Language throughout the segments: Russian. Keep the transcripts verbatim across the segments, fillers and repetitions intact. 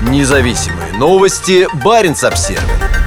Независимые новости. Баренц-Обсервис.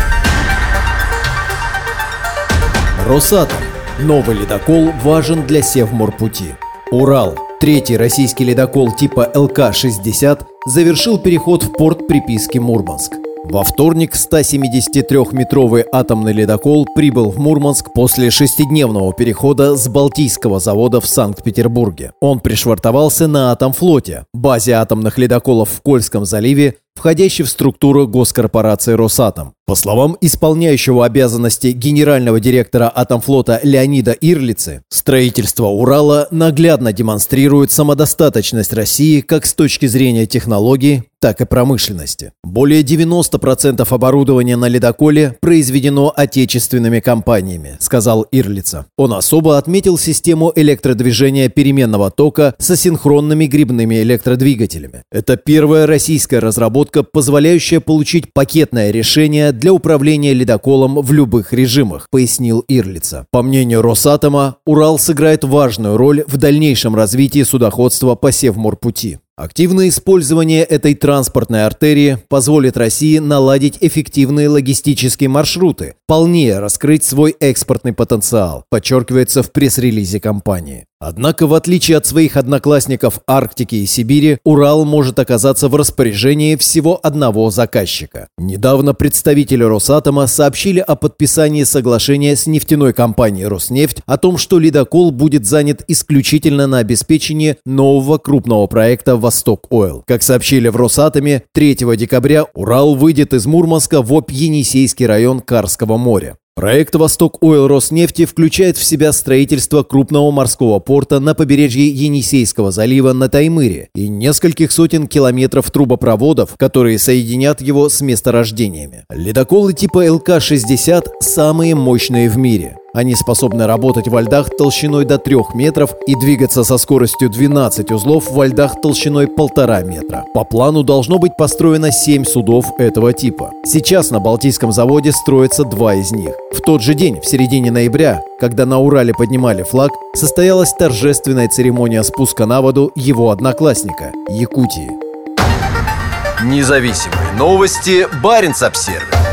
Росатом. Новый ледокол важен для Севморпути. Урал. Третий российский ледокол типа Эл Ка шестьдесят завершил переход в порт приписки Мурманск. Во вторник сто семидесятитрёхметровый атомный ледокол прибыл в Мурманск после шестидневного перехода с Балтийского завода в Санкт-Петербурге. Он пришвартовался на Атомфлоте, базе атомных ледоколов в Кольском заливе, входящей в структуру госкорпорации «Росатом». По словам исполняющего обязанности генерального директора Атомфлота Леонида Ирлицы, строительство Урала наглядно демонстрирует самодостаточность России как с точки зрения технологий, так и промышленности. Более девяноста процентов оборудования на ледоколе произведено отечественными компаниями, сказал Ирлица. Он особо отметил систему электродвижения переменного тока с асинхронными грибными электродвигателями. Это первая российская разработка, позволяющая получить пакетное решение для управления ледоколом в любых режимах, пояснил Ирлица. По мнению Росатома, Урал сыграет важную роль в дальнейшем развитии судоходства по Севморпути. Активное использование этой транспортной артерии позволит России наладить эффективные логистические маршруты, полнее раскрыть свой экспортный потенциал, подчеркивается в пресс-релизе компании. Однако, в отличие от своих одноклассников Арктики и Сибири, Урал может оказаться в распоряжении всего одного заказчика. Недавно представители Росатома сообщили о подписании соглашения с нефтяной компанией «Роснефть» о том, что ледокол будет занят исключительно на обеспечении нового крупного проекта «Восток Ойл». Как сообщили в Росатоме, третьего декабря Урал выйдет из Мурманска в Обь-Енисейский район Карского моря. Проект «Восток Ойл» Роснефти включает в себя строительство крупного морского порта на побережье Енисейского залива на Таймыре и нескольких сотен километров трубопроводов, которые соединят его с месторождениями. Ледоколы типа Эл Ка шестьдесят самые мощные в мире. Они способны работать во льдах толщиной до трёх метров и двигаться со скоростью двенадцать узлов во льдах толщиной полтора метра. По плану должно быть построено семь судов этого типа. Сейчас на Балтийском заводе строятся два из них. В тот же день, в середине ноября, когда на Урале поднимали флаг, состоялась торжественная церемония спуска на воду его одноклассника – Якутии. Независимые новости. Баренц-Обсервис.